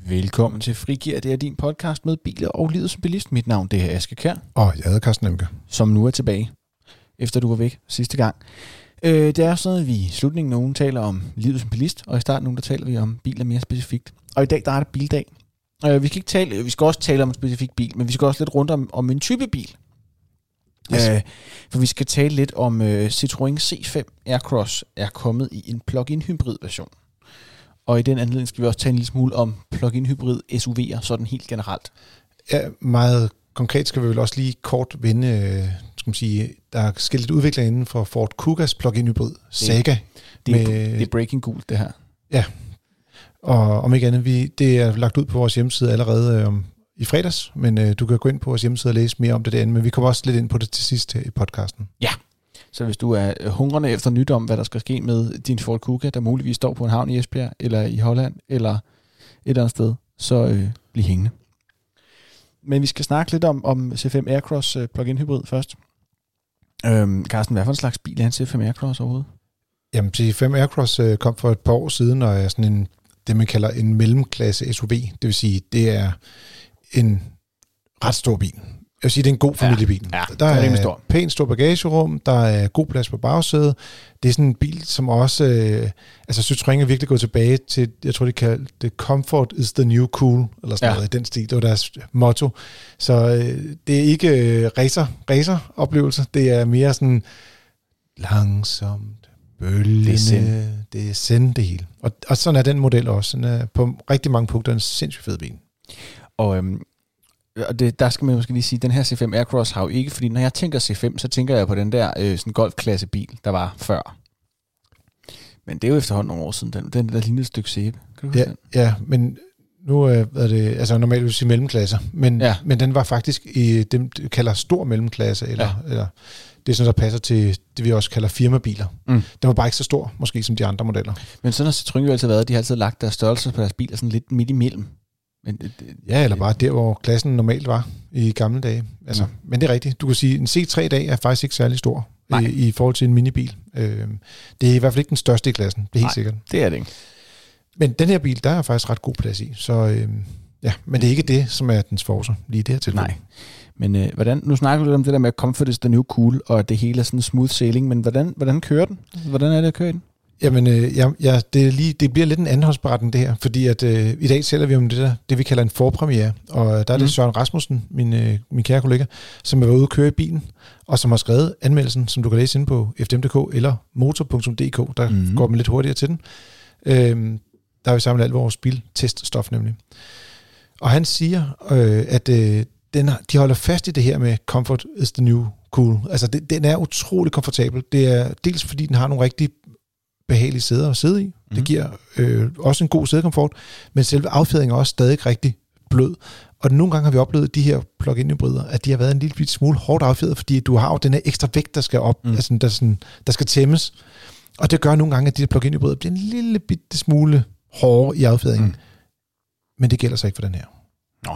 Velkommen til Frigir. Det er din podcast med biler og livet som bilist. Mit navn det er Aske Kjær. Og jeg hedder Carsten Emke. Som nu er tilbage, efter du var væk sidste gang. Det er sådan, at vi i slutningen nogen taler om livet som bilist, og i starten nogen der taler vi om biler mere specifikt. Og i dag der er det bildag. Vi skal også tale om en specifik bil, men vi skal også lidt rundt om en type bil. Yes. For vi skal tale lidt om Citroën C5 Aircross er kommet i en plug-in hybrid version. Og i den anledning skal vi også tale en lille smule om plug-in hybrid SUV'er, sådan helt generelt. Ja, meget konkret skal vi vel også lige kort vende, der er sket lidt udvikling inden for Ford Kugas plug-in hybrid Saga. Det er breaking gult, det her. Ja, og om ikke andet, det er lagt ud på vores hjemmeside allerede i fredags, men du kan gå ind på vores hjemmeside og læse mere om det derinde, men vi kommer også lidt ind på det til sidst i podcasten. Ja, så hvis du er hungrende efter nyt om, hvad der skal ske med din Ford Kuga, der muligvis står på en havn i Esbjerg, eller i Holland, eller et andet sted, så bliv hængende. Men vi skal snakke lidt om C5 Aircross plug-in hybrid først. Carsten, hvad for en slags bil er en C5 Aircross overhovedet? Jamen, C5 Aircross kom for et par år siden, og er sådan det man kalder en mellemklasse SUV. Det vil sige, det er en ret stor bil. Jeg vil sige, det er en god familiebil. Ja, der er pænt stor bagagerum, der er god plads på bagsædet. Det er sådan en bil, som også... Citroën er virkelig gået tilbage til, jeg tror, de kalder det Comfort is the new cool, eller sådan noget i den stil. Det var deres motto. Så det er ikke racer-oplevelse. Det er mere sådan langsomt, bølgende. Det er send det hele. Og sådan er den model også. Den er på rigtig mange punkter en sindssygt fed bil. Og der skal man måske lige sige, den her C5 Aircross har jo ikke, fordi når jeg tænker C5, så tænker jeg på den der sådan golfklasse bil, der var før. Men det er jo efterhånden nogle år siden, den der lignede et stykke sæbe. Kan du huske den? Ja, men nu er det, altså normalt vil jeg sige mellemklasser, men den var faktisk i det, vi kalder stor mellemklasse, eller det er sådan, der passer til det, vi også kalder firmabiler. Den var bare ikke så stor, måske som de andre modeller. Men sådan har Citroën jo altid været, de har altid lagt deres størrelse på deres biler sådan lidt midt imellem. Eller bare der, hvor klassen normalt var i gamle dage. Altså, men det er rigtigt. Du kan sige, en C3 i dag er faktisk ikke særlig stor i forhold til en minibil. Det er i hvert fald ikke den største i klassen, det er helt sikkert. Det er det ikke. Men den her bil, der er faktisk ret god plads i. Så men det er ikke det, som er dens force lige i det her tilfælde. Nej. Men nu snakker vi lidt om det der med at comfort is the new cool, og det hele er sådan smooth sailing, men hvordan kører den? Hvordan er det at køre i den? Jamen, det bliver lidt en andenhåndsberetning det her, fordi at i dag sælger vi om det vi kalder en forpremiere, og der er det Søren Rasmussen, min kære kollega, som har været ude at køre i bilen, og som har skrevet anmeldelsen, som du kan læse inde på fdm.dk eller motor.dk, der går man lidt hurtigere til den. Der har vi samlet alt vores bilteststof nemlig. Og han siger, at de holder fast i det her med comfort is the new cool. Altså, den er utrolig komfortabel. Det er dels fordi, den har nogle rigtig behagelige sæder at sidde i. Det giver også en god sædekomfort, men selve affjedringen er også stadig rigtig blød. Og nogle gange har vi oplevet de her plug-in hybrider, at de har været en lille smule hårdt affjedet, fordi du har jo den her ekstra vægt, der skal op, der skal tæmmes. Og det gør nogle gange, at de her plug-in hybrider bliver en lille bitte smule hårdere i affjedringen. Men det gælder så ikke for den her. Nå.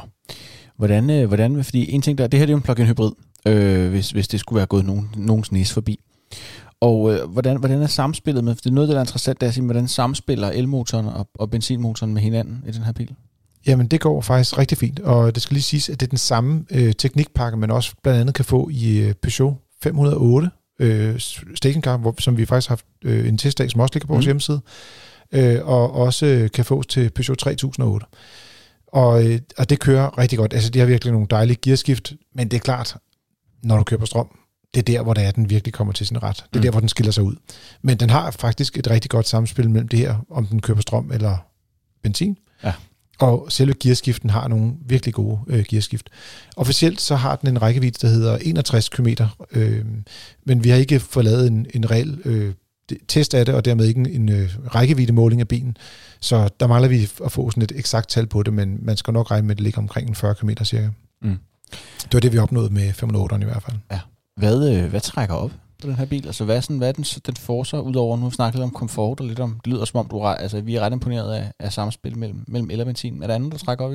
Hvordan, fordi en ting der, det her det er jo en plug-in hybrid, hvis det skulle være gået nogens næse forbi. Og hvordan er samspillet med, for det er noget, der er interessant, det er at sige, hvordan samspiller elmotoren og benzinmotoren med hinanden i den her bil? Jamen, det går faktisk rigtig fint, og det skal lige siges, at det er den samme teknikpakke, man også blandt andet kan få i Peugeot 508 stationcar, som vi faktisk har haft en testdag, som også ligger på vores hjemmeside, og også kan fås til Peugeot 3008. Og det kører rigtig godt. Altså, de har virkelig nogle dejlige gearskift, men det er klart, når du kører på strøm, det er der, hvor den virkelig kommer til sin ret. Det er der, hvor den skiller sig ud. Men den har faktisk et rigtig godt samspil mellem det her, om den kører på strøm eller benzin. Ja. Og selve gearskiften har nogle virkelig gode gearskift. Officielt så har den en rækkevidde, der hedder 61 km, men vi har ikke fået lavet en reel test af det, og dermed ikke en rækkeviddemåling af bilen. Så der mangler vi at få sådan et eksakt tal på det, men man skal nok regne med, at det ligger omkring 40 km cirka. Det var det, vi opnåede med 508'eren i hvert fald. Ja. Hvad trækker op på den her bil? Altså, hvad er den forser, udover nu snakket lidt om komfort og lidt om, det lyder som om, vi er ret imponeret af samspil mellem el og benzin. Er der andet, der trækker op i den?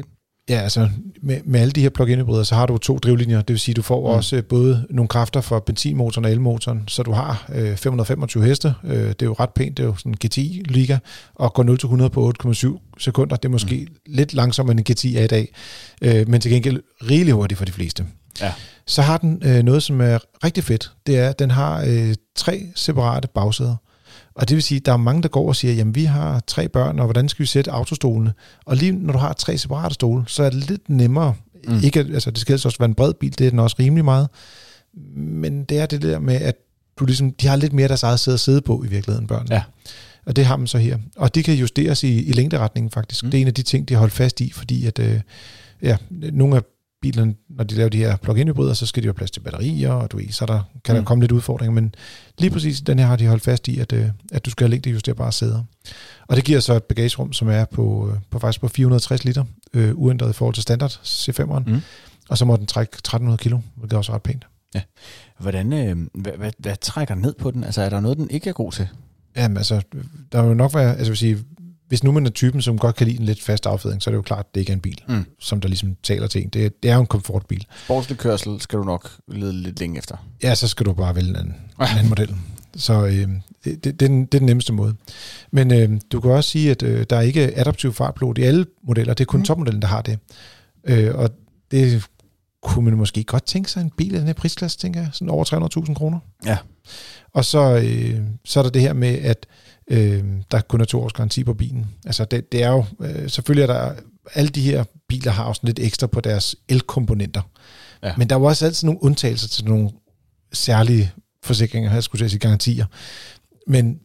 Ja, altså med alle de her plug-in hybrider, så har du 2 drivlinjer. Det vil sige, du får også både nogle kræfter fra benzinmotoren og elmotoren, så du har 525 heste. Det er jo ret pænt, det er jo sådan en GTI-liga, og går 0-100 på 8,7 sekunder. Det er måske lidt langsommere end en GTI er i dag, men til gengæld rigeligt hurtigt for de fleste. Ja. Så har den noget, som er rigtig fedt. Det er, at den har 3 separate bagsæder. Og det vil sige, at der er mange, der går og siger, jamen vi har 3 børn, og hvordan skal vi sætte autostolene? Og lige når du har 3 separate stole, så er det lidt nemmere. Ikke, altså det skal også være en bred bil, det er den også rimelig meget. Men det er det der med, at du ligesom, de har lidt mere deres eget sæde at sidde på i virkeligheden, børnene. Ja. Og det har man så her. Og de kan justeres i længderetningen faktisk. Det er en af de ting, de har holdt fast i, fordi at nogle af bilerne, når de laver de her plug-in hybrider, så skal de have plads til batterier, og så kan der komme lidt udfordringer, men lige præcis den her har de holdt fast i, at du skal have længdejusterbare sæder. Og det giver så et bagagerum, som er på faktisk på 460 liter, uændret i forhold til standard C5'eren, og så må den trække 1300 kilo, hvilket er også ret pænt. Ja. Hvordan, hvad trækker ned på den? Altså er der noget, den ikke er god til? Jamen altså, der vil nok være, altså vil sige, hvis nu man er typen, som godt kan lide en lidt fast affjedring, så er det jo klart, at det ikke er en bil, som der ligesom taler til en. Det er jo en komfortbil. Sportslig kørsel skal du nok lede lidt længe efter. Ja, så skal du bare vælge en anden model. Så det er den nemmeste måde. Men du kan også sige, at der er ikke adaptiv fartpilot i alle modeller. Det er kun topmodellen, der har det. Og det kunne man måske godt tænke sig en bil af den her prisklasse, tænker jeg. Sådan over 300.000 kroner. Ja. Og så er der det her med, at der kun er 2 års garanti på bilen. Altså det er jo, selvfølgelig er der, alle de her biler har også lidt ekstra på deres elkomponenter. Ja. Men der er jo også altid nogle undtagelser til nogle særlige forsikringer, jeg skulle sige garantier. Men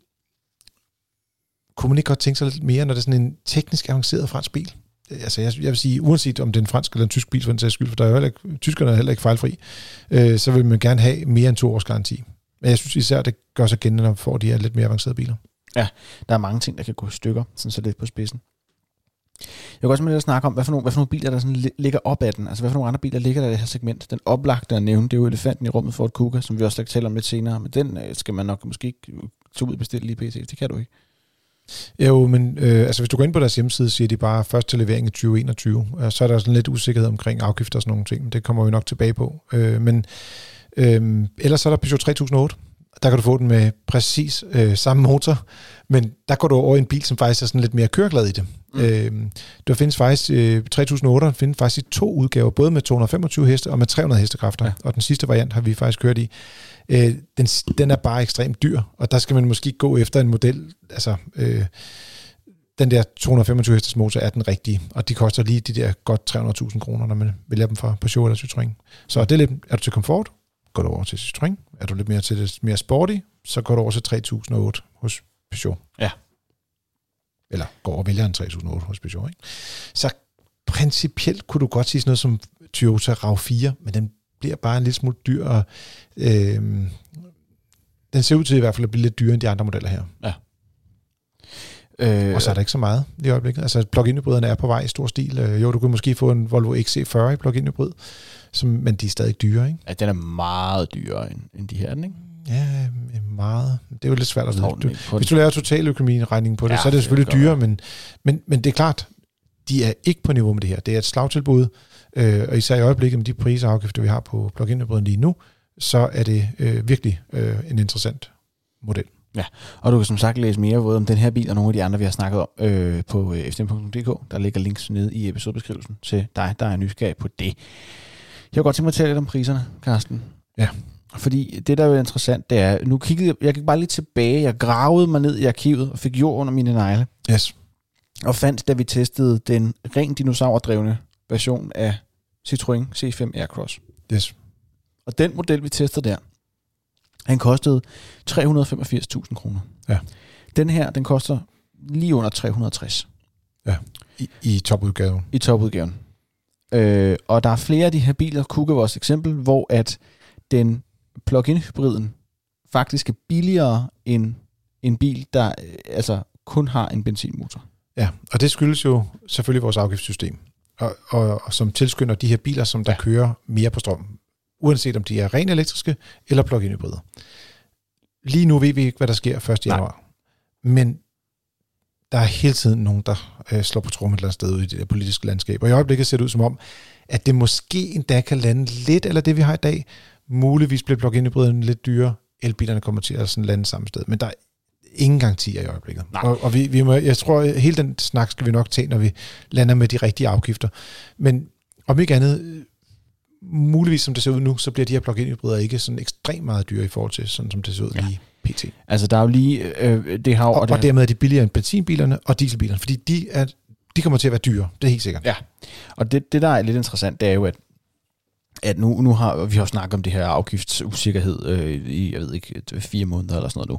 kunne man ikke godt tænke sig lidt mere, når det er sådan en teknisk avanceret fransk bil? Altså jeg vil sige, uanset om det er en fransk eller en tysk bil, for den sags skyld, for der er jo tyskerne er heller ikke fejlfri, så vil man gerne have mere end 2 års garanti. Men jeg synes især, det gør sig gældende, når man får de her lidt mere avancerede biler. Ja, der er mange ting, der kan gå i stykker, sådan så lidt på spidsen. Jeg kan også med at snakke om, hvad for nogle biler, der sådan ligger op ad den. Altså, hvad for nogle andre biler ligger der i det her segment? Den oplagte at nævne, det er jo elefanten i rummet for et Kuga, som vi også skal tale om lidt senere. Men den skal man nok måske ikke tage ud og bestille lige pt. Det kan du ikke. Jo, men altså hvis du går ind på deres hjemmeside, siger de bare først til levering i 2021. Så er der sådan lidt usikkerhed omkring afgifter og sådan nogle ting. Det kommer vi nok tilbage på. Men ellers så er der Peugeot 3008. Der kan du få den med præcis samme motor, men der går du over i en bil, som faktisk er sådan lidt mere køreglad i det. Der findes faktisk 3008, findes faktisk i 2 udgaver, både med 225 heste og med 300 hestekræfter, og den sidste variant har vi faktisk kørt i. Den er bare ekstremt dyr, og der skal man måske gå efter en model, altså den der 225 hestes motor er den rigtige, og de koster lige de der godt 300.000 kroner, når man vælger dem fra Peugeot eller Citroën. Så det er lidt, er du til komfort, går du over til Citroën. Er du lidt mere til det mere sporty, så går du over til 3008 hos Peugeot. Ja. Eller går over og vælger en 3008 hos Peugeot, ikke? Så principielt kunne du godt sige sådan noget som Toyota RAV4, men den bliver bare en lille smule dyr, og den ser ud til i hvert fald at blive lidt dyrere end de andre modeller her. Ja. Og så er der ikke så meget i øjeblikket. Altså plug-in hybriderne er på vej i stor stil. Jo, du kan måske få en Volvo XC40 i plug-in hybrid, men de er stadig dyre, ikke? Ja, den er meget dyrere end de her, ikke? Ja, meget. Det er jo lidt svært at vide. Hvis du laver totaløkonomiregningen på det, så er det selvfølgelig dyre, men det er klart, de er ikke på niveau med det her. Det er et slagtilbud, og især i øjeblikket med de priser og afgifter, vi har på plug-in hybriden lige nu, så er det virkelig en interessant model. Ja, og du kan som sagt læse mere både om den her bil og nogle af de andre, vi har snakket om på fdm.dk. Der ligger links nede i episodebeskrivelsen til dig, der er nysgerrig på det. Jeg kunne godt tænke mig at tale lidt om priserne, Carsten. Ja. Fordi det, der er jo interessant, det er, nu kiggede jeg gik bare lige tilbage, jeg gravede mig ned i arkivet og fik jord under mine negle. Yes. Og fandt, da vi testede den rent dinosaurdrevne version af Citroën C5 Aircross. Yes. Og den model, vi testede der, han kostede 385.000 kroner. Ja. Den her, den koster lige under 360. Ja, i topudgaven. I topudgaven. Og der er flere af de her biler, Kuga vores eksempel, hvor at den plug-in hybriden faktisk er billigere end en bil, der altså kun har en benzinmotor. Ja, og det skyldes jo selvfølgelig vores afgiftssystem, og som tilskynder de her biler, som der kører mere på strøm, uanset om de er ren elektriske eller plug-in hybrider. Lige nu ved vi ikke, hvad der sker 1. januar. Men der er hele tiden nogen, der slår på trommen et eller andet sted ude i det der politiske landskab. Og i øjeblikket ser det ud som om, at det måske endda kan lande lidt, eller det vi har i dag, muligvis bliver plug-in-hybriderne lidt dyre. Elbilerne kommer til at sådan lande samme sted. Men der er ingen garantier i øjeblikket. Og vi må, jeg tror, hele den snak skal vi nok tage, når vi lander med de rigtige afgifter. Men om ikke andet, muligvis som det ser ud nu, så bliver de her plug-in-hybrider ikke sådan ekstremt meget dyre i forhold til, sådan som det ser ud lige pt. Altså der er jo lige det her... Og dermed er de billigere end benzinbilerne og dieselbilerne, fordi de kommer til at være dyre, det er helt sikkert. Ja, og det der er lidt interessant, det er jo, at nu har vi har snakket om det her afgiftsusikkerhed i, jeg ved ikke, 4 måneder eller sådan noget nu.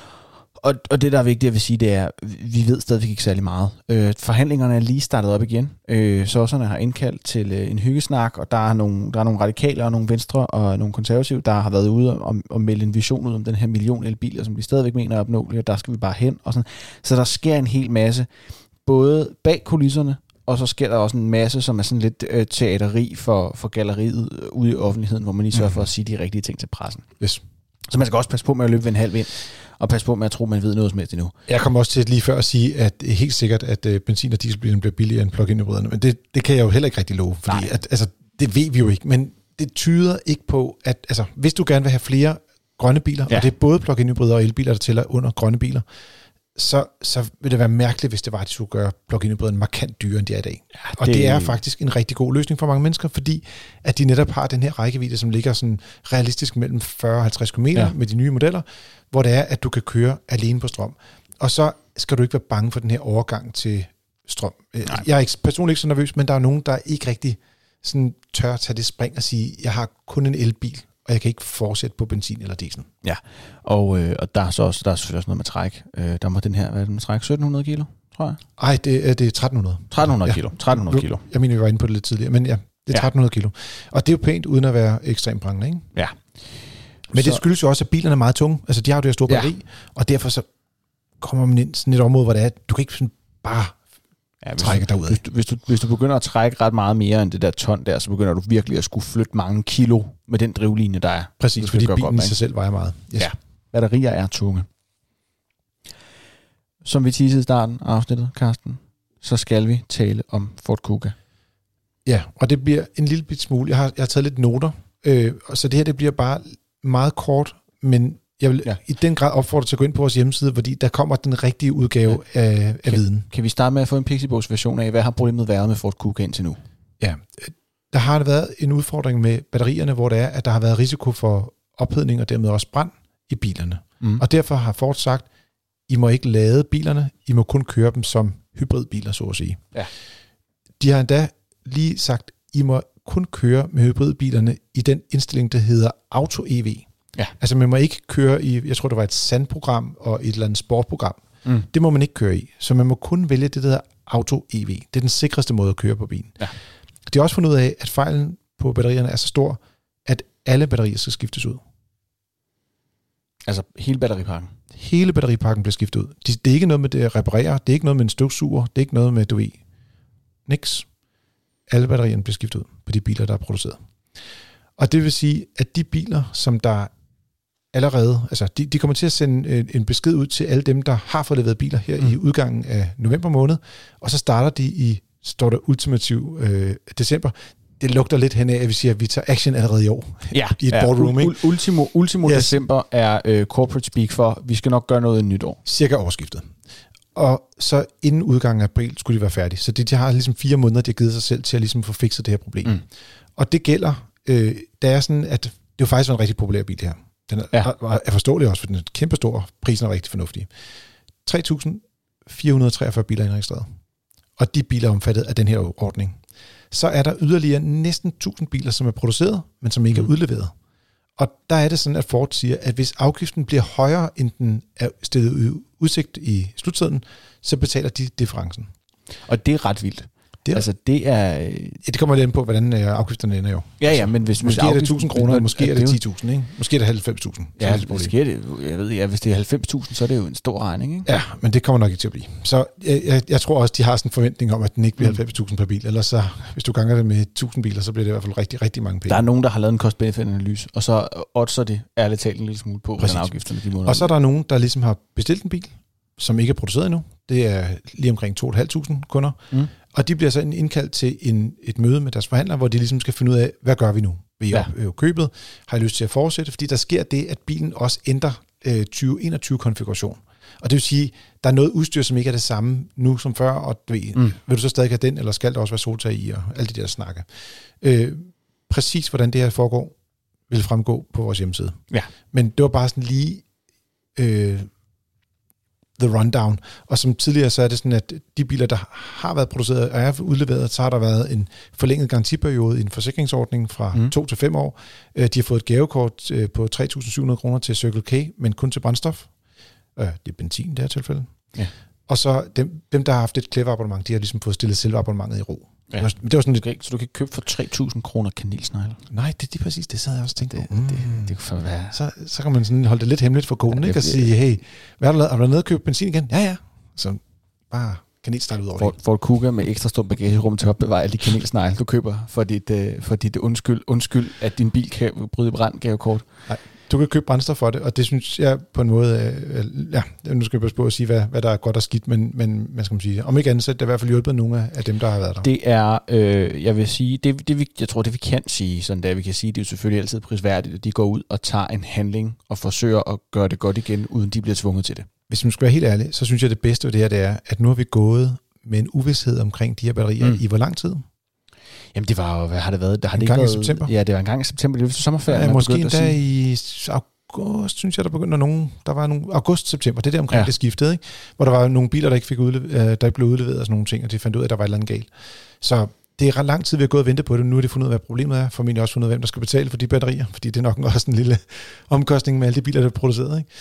Og det, der er vigtigt, jeg vil sige, det er, vi ved stadigvæk ikke særlig meget. Forhandlingerne er lige startet op igen. Sosserne har indkaldt til en hyggesnak, og der er nogle radikale og nogle venstre og nogle konservative, der har været ude og melde en vision ud om den her million elbiler, som de stadigvæk mener er opnåelige, og der skal vi bare hen. Og sådan. Så der sker en hel masse, både bag kulisserne, og så sker der også en masse, som er sådan lidt teateri for galleriet ude i offentligheden, hvor man lige sørger for at sige de rigtige ting til pressen. Yes. Så man skal også passe på med at løbe ved en halv vind, og passe på med at tro, man ved noget som helst endnu. Jeg kommer også til lige før at sige, at det er helt sikkert, at benzin- og dieselbilerne bliver billigere end plug-in-hybriderne, men det kan jeg jo heller ikke rigtig love, fordi det ved vi jo ikke, men det tyder ikke på, at hvis du gerne vil have flere grønne biler, og det er både plug-in-hybrider og elbiler, der tæller under grønne biler, så vil det være mærkeligt, hvis det var, at de skulle gøre plug-in-hybriderne markant dyrere, end de er i dag. Ja, og det er faktisk en rigtig god løsning for mange mennesker, fordi at de netop har den her rækkevidde, som ligger sådan realistisk mellem 40 og 50 km med de nye modeller, hvor det er, at du kan køre alene på strøm. Og så skal du ikke være bange for den her overgang til strøm. Jeg er personligt ikke så nervøs, men der er nogen, der ikke rigtig sådan tør at tage det spring og sige, jeg har kun en elbil, og jeg kan ikke fortsætte på benzin eller diesel. Ja, og der er selvfølgelig også noget med træk. Der må den her, hvad er det med træk? 1700 kilo, tror jeg? Nej, det er 1300. 1300 kilo. 1300 kilo. Jeg mener, vi var inde på det lidt tidligere, men ja, det er 1300 kilo. Og det er jo pænt, uden at være ekstremt prangende, ikke? Ja. Men det skyldes jo også, at bilerne er meget tunge. Altså, de har jo det her store batteri, og derfor så kommer man ind sådan et område, hvor det er, du kan ikke sådan bare trække derud. Hvis du begynder at trække ret meget mere end det der ton der, så begynder du virkelig at skulle flytte mange kilo med den drivlinje, der er. Præcis, fordi bilen i sig selv vejer meget. Yes. Ja, batterier er tunge. Som vi teasede i starten af afsnittet, Carsten, så skal vi tale om Ford Kuga. Ja, og det bliver en lille bit smule. Jeg har taget lidt noter, så det her det bliver bare meget kort, men jeg vil i den grad opfordre til at gå ind på vores hjemmeside, fordi der kommer den rigtige udgave af viden. Kan vi starte med at få en Pixiebogs version af, hvad har problemet været med Ford Kuga indtil nu? Ja, der har været en udfordring med batterierne, hvor det er, at der har været risiko for ophedning og dermed også brand i bilerne. Og derfor har Ford sagt, I må ikke lade bilerne, I må kun køre dem som hybridbiler, så at sige. Ja. De har endda lige sagt, I må kun køre med hybridbilerne i den indstilling, der hedder Auto EV. Ja. Altså man må ikke køre i, jeg tror det var et sandprogram og et eller andet sportprogram. Det må man ikke køre i. Så man må kun vælge det, der hedder Auto EV. Det er den sikreste måde at køre på bilen. Ja. De har også fundet ud af, at fejlen på batterierne er så stor, at alle batterier skal skiftes ud. Altså hele batteripakken? Hele batteripakken bliver skiftet ud. Det er ikke noget med det at reparere, det er ikke noget med en støvsuger, det er ikke noget med, niks. Alle batterierne bliver skiftet ud på de biler, der er produceret. Og det vil sige, at de biler, som der allerede, altså de kommer til at sende en besked ud til alle dem, der har fået leveret biler her i udgangen af november måned, og så starter de står der ultimativ december. Det lugter lidt hen af, at vi siger, at vi tager action allerede i år i et boardroom. Ultimo december er corporate speak for, vi skal nok gøre noget i nytår. Cirka årsskiftet. Og så inden udgangen af april skulle de være færdige. Så de har ligesom 4 måneder, de har givet sig selv til at ligesom få fikset det her problem. Og det gælder, der er sådan, at det jo faktisk var en rigtig populær bil her. Den er forståelig også, for den er kæmpestor, prisen er rigtig fornuftig. 3.443 biler indregistreret. Og de biler er omfattet af den her ordning. Så er der yderligere næsten 1.000 biler, som er produceret, men som ikke er udleveret. Og der er det sådan, at Ford siger, at hvis afgiften bliver højere, end den er stillet i udsigt i sluttiden, så betaler de differencen. Og det er ret vildt. Det er... det kommer lidt ind på, hvordan afgifterne ender jo. Ja, men hvis måske er det 1.000 kroner, måske er det 10.000, ikke? Måske er det 90.000. Ja, måske er det, hvis det er 90.000, så er det jo en stor regning, ikke? Ja, men det kommer nok ikke til at blive. Så jeg tror også, de har sådan en forventning om, at den ikke bliver 90.000 per bil. Ellers så, hvis du ganger det med 1.000 biler, så bliver det i hvert fald rigtig, rigtig mange penge. Der er nogen, der har lavet en cost-benefit-analyse, og så oddser det ærligt talt en lille smule på, hvordan afgifterne de måneder. Og så er der nogen, der ligesom har bestilt en bil, som ikke er produceret endnu. Det er lige omkring 2.500 kunder. Og de bliver så indkaldt til et møde med deres forhandlere, hvor de ligesom skal finde ud af, hvad gør vi nu? Vil I ophæve købet? Har I lyst til at fortsætte? Fordi der sker det, at bilen også ændrer 2021-konfiguration. Og det vil sige, der er noget udstyr, som ikke er det samme nu som før, og vil du så stadig have den, eller skal der også være soltag i, og alle de der snakke. Præcis hvordan det her foregår, vil fremgå på vores hjemmeside. Ja. Men det var bare sådan lige the rundown. Og som tidligere, så er det sådan, at de biler, der har været produceret og er udleveret, så har der været en forlænget garantiperiode i en forsikringsordning fra 2 til 5 år. De har fået et gavekort på 3.700 kroner til Circle K, men kun til brændstof. Det er benzin i det her tilfælde. Ja. Og så dem, der har haft et Clever abonnement, de har ligesom fået stillet selve abonnementet i ro. Ja. Det var sådan lidt, så du kan ikke købe for 3.000 kroner kanelsnegle? Nej, det er præcis det, så havde jeg også tænkt på. Det kunne være. Så kan man sådan holde det lidt hemmeligt for konen, ikke? Og sige, hey, hvad har du lavet? Har du nede og købt benzin igen? Ja. Så bare kanelsnegle ud over det. For et kuga med ekstra stort bagagerum til at opbevare alle de kanelsnegle, du køber for dit undskyld, at din bil kan bryde brand gavekort. Nej. Du kan købe brændstof for det, og det synes jeg på en måde, nu skal jeg passe på at sige, hvad der er godt og skidt, men hvad skal man sige, om ikke andet, så er det i hvert fald hjulpet nogle af dem, der har været der. Det er, jeg vil sige, jeg tror, det vi kan sige, sådan der vi kan sige, det er jo selvfølgelig altid prisværdigt, at de går ud og tager en handling og forsøger at gøre det godt igen, uden de bliver tvunget til det. Hvis man skal være helt ærlig, så synes jeg, det bedste ved det her, det er, at nu har vi gået med en uvished omkring de her batterier i hvor lang tid? Jamen det var jo, hvad har det været? En gang i september? Ja, det var en gang i september, det var sommerferien. Ja, måske endda i august, synes jeg, der var nogle august-september, det der omkring det skiftede, ikke? Hvor der var nogle biler, der ikke blev udleveret og sådan nogle ting, og de fandt ud af, at der var et eller andet galt. Så det er ret lang tid, vi har gået og ventet på det. Nu har de fundet ud af, hvad problemet er. Formentlig også fundet ud af, hvem der skal betale for de batterier, fordi det er nok også en lille omkostning med alle de biler, der er produceret, ikke?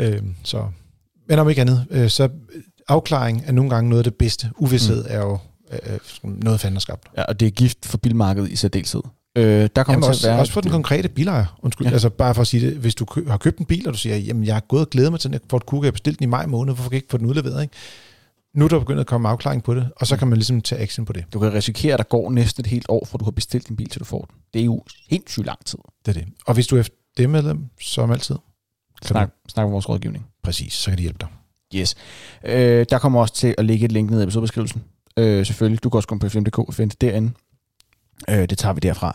Ja. Men om ikke andet, så afklaring er nogle gange noget af det bedste. Uvished er jo noget fanden er skabt. Ja, og det er gift for bilmarkedet i særdeleshed. Der kommer også for den konkrete bilejer. Altså bare for at sige det, hvis du har købt en bil, og du siger, jamen jeg har gået og glædet mig til den, for at kunne have bestilt den i maj måned, hvorfor kan jeg ikke få den udleveret, ikke? Nu er der begyndt at komme afklaring på det, og så kan man ligesom tage action på det. Du kan risikere, at der går næsten et helt år, for du har bestilt din bil, til du får den. Det er jo helt sygt lang tid. Det er det. Og hvis du er FD-medlem, som altid, snak med vores rådgivning. Præcis, så kan de hjælpe dig. Yes. Der kommer også til at lægge et link ned i episodebeskrivelsen. Selvfølgelig. Du kan også gå på fm.dk og finde det derinde. Det tager vi derfra.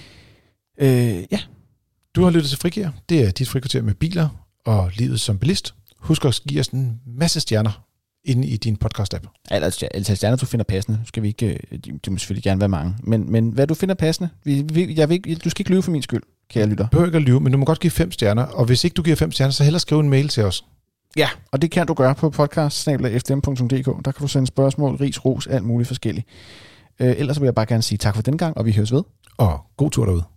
Ja. Du har lyttet til Frigir. Det er dit frikvarter med biler og livet som bilist. Husk at give os en masse stjerner inde i din podcast-app. Altså stjerner, du finder passende. Skal vi ikke, det må selvfølgelig gerne være mange. Men hvad du finder passende, du skal ikke lyve for min skyld, kære lytter. Du behøver ikke at lyve, men du må godt give 5 stjerner. Og hvis ikke du giver 5 stjerner, så hellere skrive en mail til os. Ja, og det kan du gøre på podcast@fdm.dk. Der kan du sende spørgsmål, ris, ros, alt muligt forskelligt. Ellers vil jeg bare gerne sige tak for den gang, og vi høres ved. Og god tur derude.